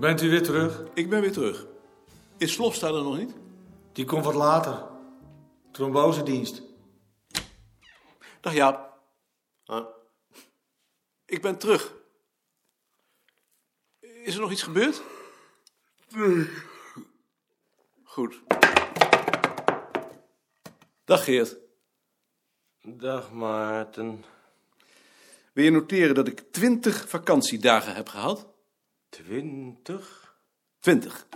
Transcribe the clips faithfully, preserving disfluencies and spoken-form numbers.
Bent u weer terug? Ik ben weer terug. Is Slofsta er nog niet? Die komt wat later. Trombosedienst. Dag Jaap. Huh? Ik ben terug. Is er nog iets gebeurd? Nee. Goed. Dag Geert. Dag Maarten. Wil je noteren dat ik twintig vakantiedagen heb gehad? Twintig? Twintig.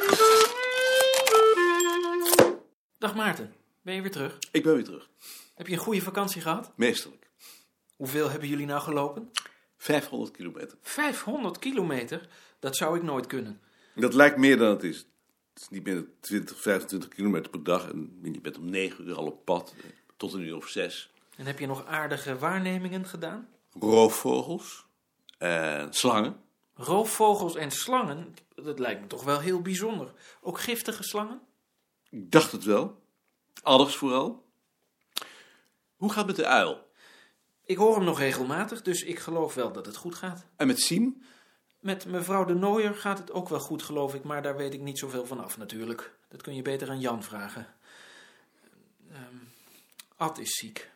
Dag Maarten, ben je weer terug? Ik ben weer terug. Heb je een goede vakantie gehad? Meesterlijk. Hoeveel hebben jullie nou gelopen? vijfhonderd kilometer. vijfhonderd kilometer? Dat zou ik nooit kunnen. Dat lijkt meer dan het is. Het is niet meer dan twintig, vijfentwintig kilometer per dag. En je bent om negen uur al op pad. Tot een uur of zes. En heb je nog aardige waarnemingen gedaan? Roofvogels. En slangen. Roofvogels en slangen? Dat lijkt me toch wel heel bijzonder. Ook giftige slangen? Ik dacht het wel. Adders vooral. Hoe gaat het met de uil? Ik hoor hem nog regelmatig, dus ik geloof wel dat het goed gaat. En met Siem? Met mevrouw de Nooier gaat het ook wel goed, geloof ik, maar daar weet ik niet zoveel van af natuurlijk. Dat kun je beter aan Jan vragen. Um, Ad is ziek.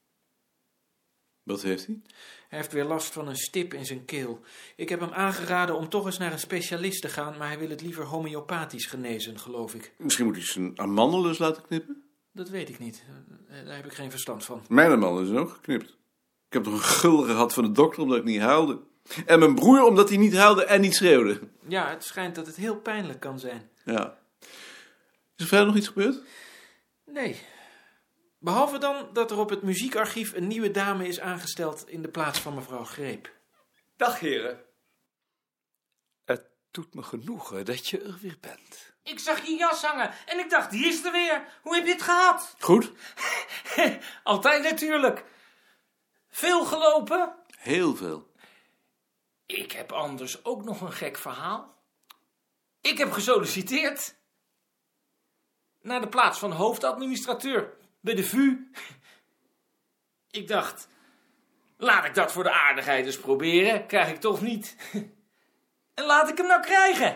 Wat heeft hij? Hij heeft weer last van een stip in zijn keel. Ik heb hem aangeraden om toch eens naar een specialist te gaan, maar hij wil het liever homeopathisch genezen, geloof ik. Misschien moet hij zijn amandelen eens laten knippen? Dat weet ik niet. Daar heb ik geen verstand van. Mijn amandelen zijn ook geknipt. Ik heb toch een gul gehad van de dokter omdat ik niet huilde. En mijn broer omdat hij niet huilde en niet schreeuwde. Ja, het schijnt dat het heel pijnlijk kan zijn. Ja. Is er verder nog iets gebeurd? Nee. Behalve dan dat er op het muziekarchief een nieuwe dame is aangesteld in de plaats van mevrouw Greep. Dag heren. Het doet me genoegen dat je er weer bent. Ik zag je jas hangen en ik dacht, die is er weer. Hoe heb je het gehad? Goed. Altijd natuurlijk. Veel gelopen? Heel veel. Ik heb anders ook nog een gek verhaal. Ik heb gesolliciteerd. Naar de plaats van hoofdadministrateur. Bij de V U. Ik dacht, laat ik dat voor de aardigheid eens proberen. Krijg ik toch niet. En laat ik hem nou krijgen.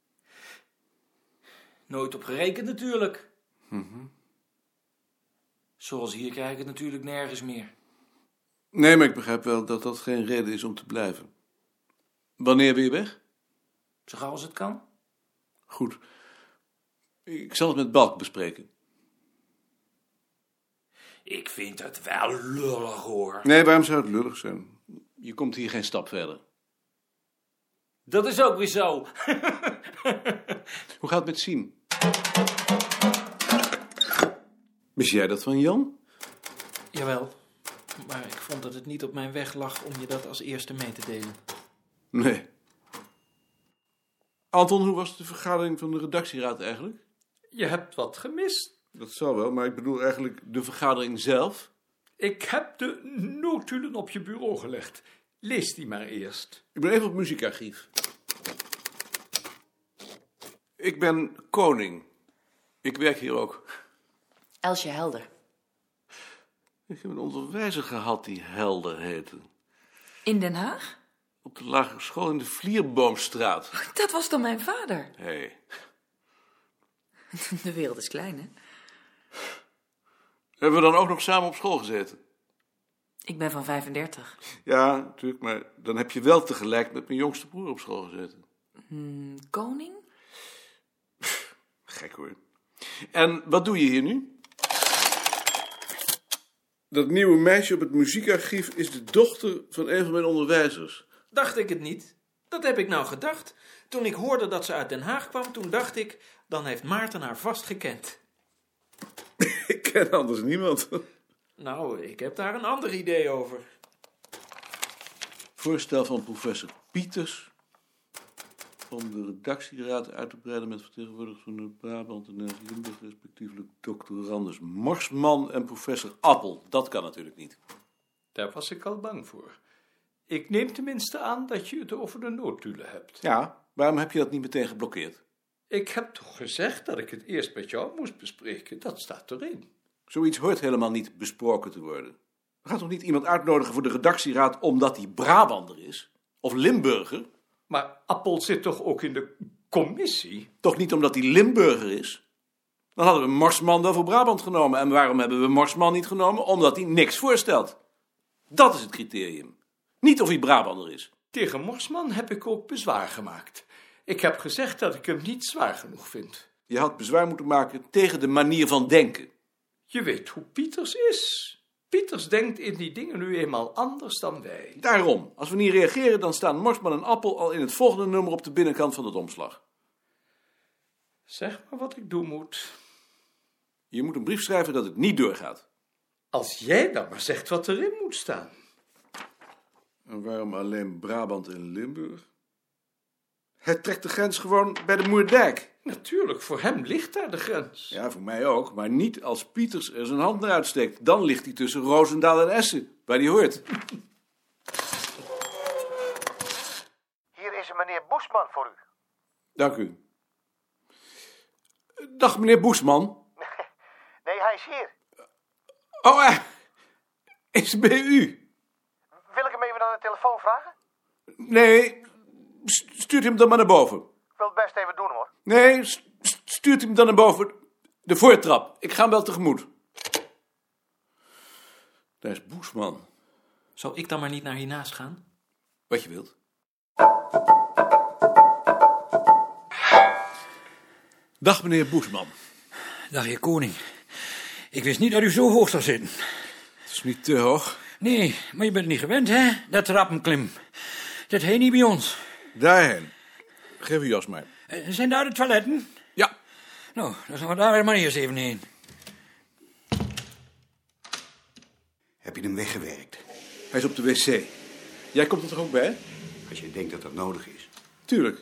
Nooit op gerekend natuurlijk. Mm-hmm. Zoals hier krijg ik het natuurlijk nergens meer. Nee, maar ik begrijp wel dat dat geen reden is om te blijven. Wanneer ben je weg? Zo gauw als het kan. Goed. Ik zal het met Balk bespreken. Ik vind het wel lullig, hoor. Nee, waarom zou het lullig zijn? Je komt hier geen stap verder. Dat is ook weer zo. Hoe gaat het met Siem? Wist jij dat van Jan? Jawel, maar ik vond dat het niet op mijn weg lag om je dat als eerste mee te delen. Nee. Anton, hoe was de vergadering van de redactieraad eigenlijk? Je hebt wat gemist. Dat zal wel, maar ik bedoel eigenlijk de vergadering zelf. Ik heb de notulen op je bureau gelegd. Lees die maar eerst. Ik ben even op het muziekarchief. Ik ben Koning. Ik werk hier ook. Elsje Helder. Ik heb een onderwijzer gehad die Helder heette. In Den Haag? Op de lagere school in de Vlierboomstraat. Dat was dan mijn vader. Hé. Hey. De wereld is klein, hè? Hebben we dan ook nog samen op school gezeten? Ik ben van vijfendertig. Ja, natuurlijk, maar dan heb je wel tegelijk met mijn jongste broer op school gezeten. Hmm, koning? Gek hoor. En wat doe je hier nu? Dat nieuwe meisje op het muziekarchief is de dochter van een van mijn onderwijzers. Dacht ik het niet? Dat heb ik nou gedacht. Toen ik hoorde dat ze uit Den Haag kwam, toen dacht ik, dan heeft Maarten haar vast gekend. Ik ken anders niemand. Nou, ik heb daar een ander idee over. Voorstel van professor Pieters om de redactieraad uit te breiden met vertegenwoordigers van de Brabant en Limburg, respectievelijk doctorandus Marsman en professor Appel. Dat kan natuurlijk niet. Daar was ik al bang voor. Ik neem tenminste aan dat je het over de notulen hebt. Ja, waarom heb je dat niet meteen geblokkeerd? Ik heb toch gezegd dat ik het eerst met jou moest bespreken. Dat staat erin. Zoiets hoort helemaal niet besproken te worden. We gaan toch niet iemand uitnodigen voor de redactieraad omdat hij Brabander is? Of Limburger? Maar Appel zit toch ook in de commissie? Toch niet omdat hij Limburger is? Dan hadden we Morsman wel voor Brabant genomen. En waarom hebben we Morsman niet genomen? Omdat hij niks voorstelt. Dat is het criterium. Niet of hij Brabander is. Tegen Morsman heb ik ook bezwaar gemaakt. Ik heb gezegd dat ik hem niet zwaar genoeg vind. Je had bezwaar moeten maken tegen de manier van denken. Je weet hoe Pieters is. Pieters denkt in die dingen nu eenmaal anders dan wij. Daarom, als we niet reageren, dan staan Morsman en Appel al in het volgende nummer op de binnenkant van het omslag. Zeg maar wat ik doen moet. Je moet een brief schrijven dat het niet doorgaat. Als jij dan maar zegt wat erin moet staan. En waarom alleen Brabant en Limburg? Het trekt de grens gewoon bij de Moerdijk. Natuurlijk, voor hem ligt daar de grens. Ja, voor mij ook, maar niet als Pieters er zijn hand naar uitsteekt. Dan ligt hij tussen Roosendaal en Essen, waar hij hoort. Hier is een meneer Boesman voor u. Dank u. Dag, meneer Boesman. Nee, hij is hier. Oh, eh, is het bij u? Wil ik hem even aan de telefoon vragen? Nee, st- stuurt hem dan maar naar boven. Ik wil het best even doen, hoor. Nee, st- st- stuurt hem dan naar boven. De voortrap. Ik ga hem wel tegemoet. Daar is Boesman. Zal ik dan maar niet naar hiernaast gaan? Wat je wilt. Dag, meneer Boesman. Dag, heer Koning. Ik wist niet dat u zo hoog zou zitten. Het is niet te hoog. Nee, maar je bent niet gewend, hè? Dat trappenklim. Dat heet niet bij ons. Daarheen. Geef uw jas maar. Uh, zijn daar de toiletten? Ja. Nou, dan gaan we daar maar eerst even heen. Heb je hem weggewerkt? Hij is op de wc. Jij komt er toch ook bij? Als je denkt dat dat nodig is. Tuurlijk.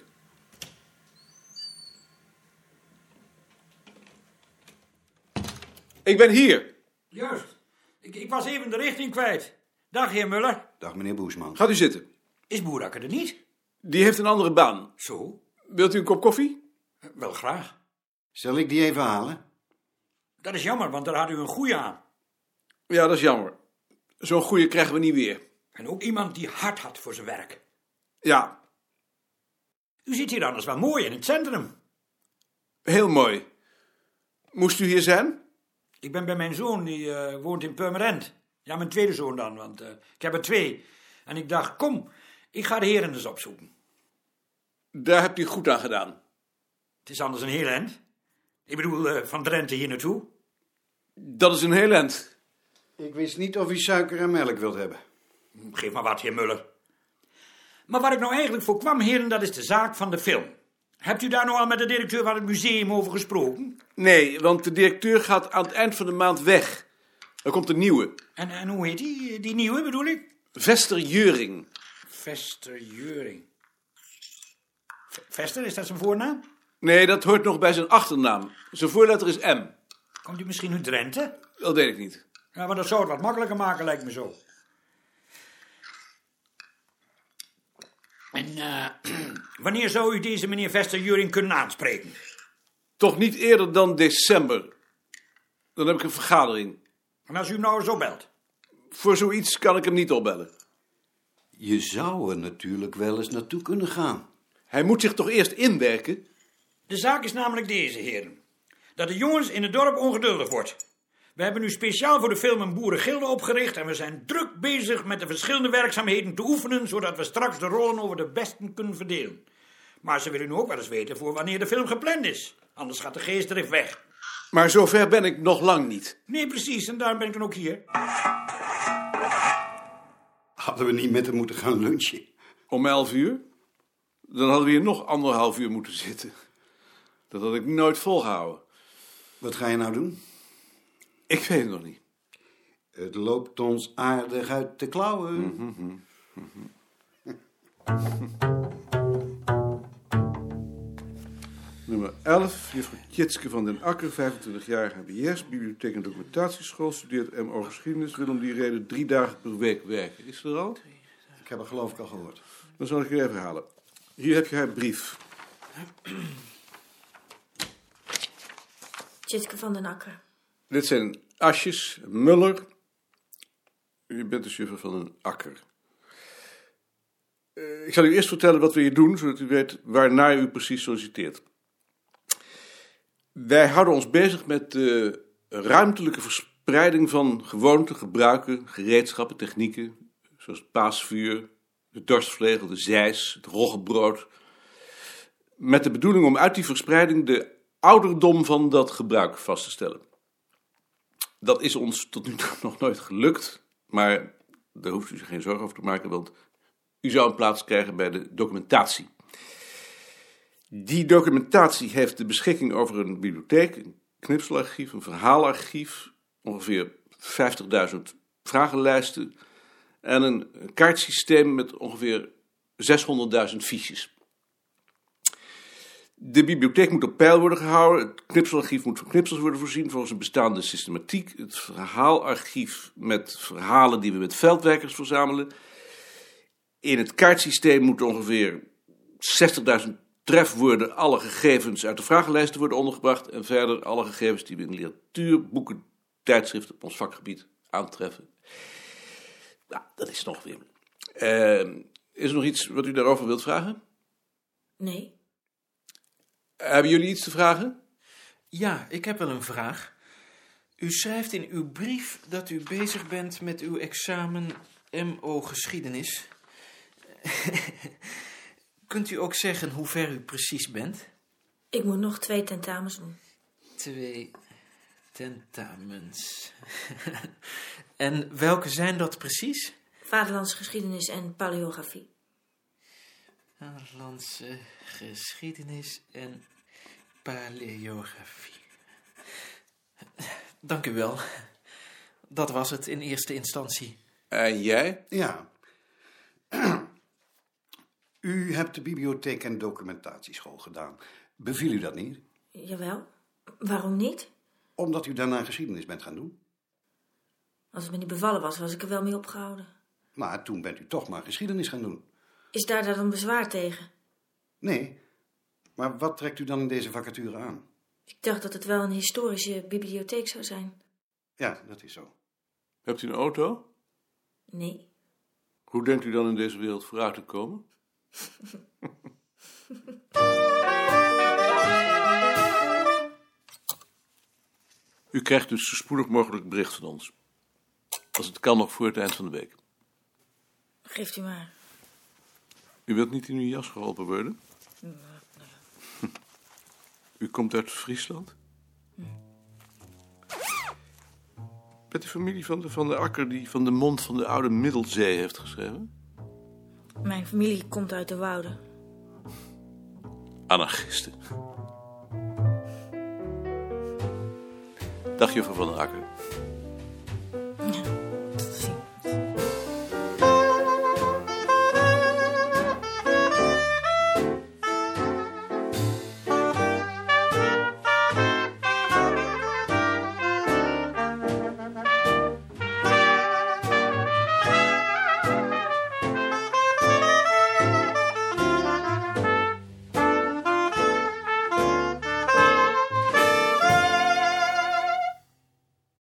Ik ben hier. Juist. Ik, ik was even de richting kwijt. Dag, heer Muller. Dag, meneer Boesman. Gaat u zitten. Is Boerakker er niet? Die heeft een andere baan. Zo? Wilt u een kop koffie? Uh, wel graag. Zal ik die even halen? Dat is jammer, want daar had u een goeie aan. Ja, dat is jammer. Zo'n goeie krijgen we niet weer. En ook iemand die hart had voor zijn werk. Ja. U zit hier anders wel mooi in het centrum. Heel mooi. Moest u hier zijn? Ik ben bij mijn zoon, die uh, woont in Purmerend. Ja, mijn tweede zoon dan, want uh, ik heb er twee. En ik dacht, kom, ik ga de heren eens opzoeken. Daar heb je goed aan gedaan. Het is anders een heel eind. Ik bedoel, uh, van Drenthe hier naartoe. Dat is een heel eind. Ik wist niet of u suiker en melk wilt hebben. Geef maar wat, heer Muller. Maar waar ik nou eigenlijk voor kwam, heren, dat is de zaak van de film. Hebt u daar nou al met de directeur van het museum over gesproken? Nee, want de directeur gaat aan het eind van de maand weg. Er komt een nieuwe. En, en hoe heet die, die nieuwe bedoel ik? Vester Juring. Vester Juring. Vester, is dat zijn voornaam? Nee, dat hoort nog bij zijn achternaam. Zijn voorletter is M. Komt u misschien uit Drenthe? Dat weet ik niet. Ja, maar dat zou het wat makkelijker maken, lijkt me zo. En uh, wanneer zou u deze meneer Vester Juring kunnen aanspreken? Toch niet eerder dan december. Dan heb ik een vergadering. En als u hem nou zo belt? Voor zoiets kan ik hem niet opbellen. Je zou er natuurlijk wel eens naartoe kunnen gaan. Hij moet zich toch eerst inwerken? De zaak is namelijk deze, heren. Dat de jongens in het dorp ongeduldig wordt. We hebben nu speciaal voor de film een boerengilde opgericht en we zijn druk bezig met de verschillende werkzaamheden te oefenen, zodat we straks de rollen over de besten kunnen verdelen. Maar ze willen nu ook wel eens weten voor wanneer de film gepland is. Anders gaat de geestdrift weg. Maar zover ben ik nog lang niet. Nee, precies, en daarom ben ik dan ook hier. Hadden we niet met hem moeten gaan lunchen? Om elf uur? Dan hadden we hier nog anderhalf uur moeten zitten. Dat had ik nooit volgehouden. Wat ga je nou doen? Ik weet het nog niet. Het loopt ons aardig uit de klauwen. Mm-hmm. Mm-hmm. Nummer elf, juffrouw Tjitske van den Akker, vijfentwintig jaar, H B S, bibliotheek en documentatieschool, studeert M O geschiedenis, wil om die reden drie dagen per week werken. Is ze er al? Ik heb het geloof ik al gehoord. Dan zal ik er even halen. Hier heb je haar brief. Tjitske van den Akker. Dit zijn Asjes, Muller. U bent dus juffrouw van den Akker. Uh, ik zal u eerst vertellen wat we hier doen, zodat u weet waarnaar u precies solliciteert. Wij houden ons bezig met de ruimtelijke verspreiding van gewoonten, gebruiken, gereedschappen, technieken, zoals het paasvuur, de dorstvlegel, de zeis, het roggebrood, met de bedoeling om uit die verspreiding de ouderdom van dat gebruik vast te stellen. Dat is ons tot nu toe nog nooit gelukt, maar daar hoeft u zich geen zorgen over te maken, want u zou een plaats krijgen bij de documentatie. Die documentatie heeft de beschikking over een bibliotheek, een knipselarchief, een verhaalarchief, ongeveer vijftigduizend vragenlijsten en een kaartsysteem met ongeveer zeshonderdduizend fiches. De bibliotheek moet op peil worden gehouden, het knipselarchief moet van knipsels worden voorzien volgens een bestaande systematiek, het verhaalarchief met verhalen die we met veldwerkers verzamelen. In het kaartsysteem moeten ongeveer zestigduizend trefwoorden, alle gegevens uit de vragenlijsten worden ondergebracht en verder alle gegevens die we in literatuur, boeken, tijdschriften op ons vakgebied aantreffen. Nou, dat is nog weer. Uh, is er nog iets wat u daarover wilt vragen? Nee. Hebben jullie iets te vragen? Ja, ik heb wel een vraag. U schrijft in uw brief dat u bezig bent met uw examen M O geschiedenis. Kunt u ook zeggen hoe ver u precies bent? Ik moet nog twee tentamens doen. Twee tentamens. En welke zijn dat precies? Vaderlandse geschiedenis en paleografie. Vaderlandse geschiedenis en paleografie. Dank u wel. Dat was het in eerste instantie. En jij? Ja. U hebt de bibliotheek en documentatieschool gedaan. Beviel u dat niet? Jawel. Waarom niet? Omdat u daarna geschiedenis bent gaan doen. Als het me niet bevallen was, was ik er wel mee opgehouden. Maar toen bent u toch maar geschiedenis gaan doen. Is daar dan bezwaar tegen? Nee. Maar wat trekt u dan in deze vacature aan? Ik dacht dat het wel een historische bibliotheek zou zijn. Ja, dat is zo. Hebt u een auto? Nee. Hoe denkt u dan in deze wereld vooruit te komen? U krijgt dus zo spoedig mogelijk bericht van ons. Als het kan nog voor het eind van de week. Geeft u maar. U wilt niet in uw jas geholpen worden? Nee. U komt uit Friesland? Hm. Met de familie van de Van der Akker die Van de Mond van de Oude Middelzee heeft geschreven? Mijn familie komt uit de Wouden. Anarchisten. Dag juffrouw Van der Akker.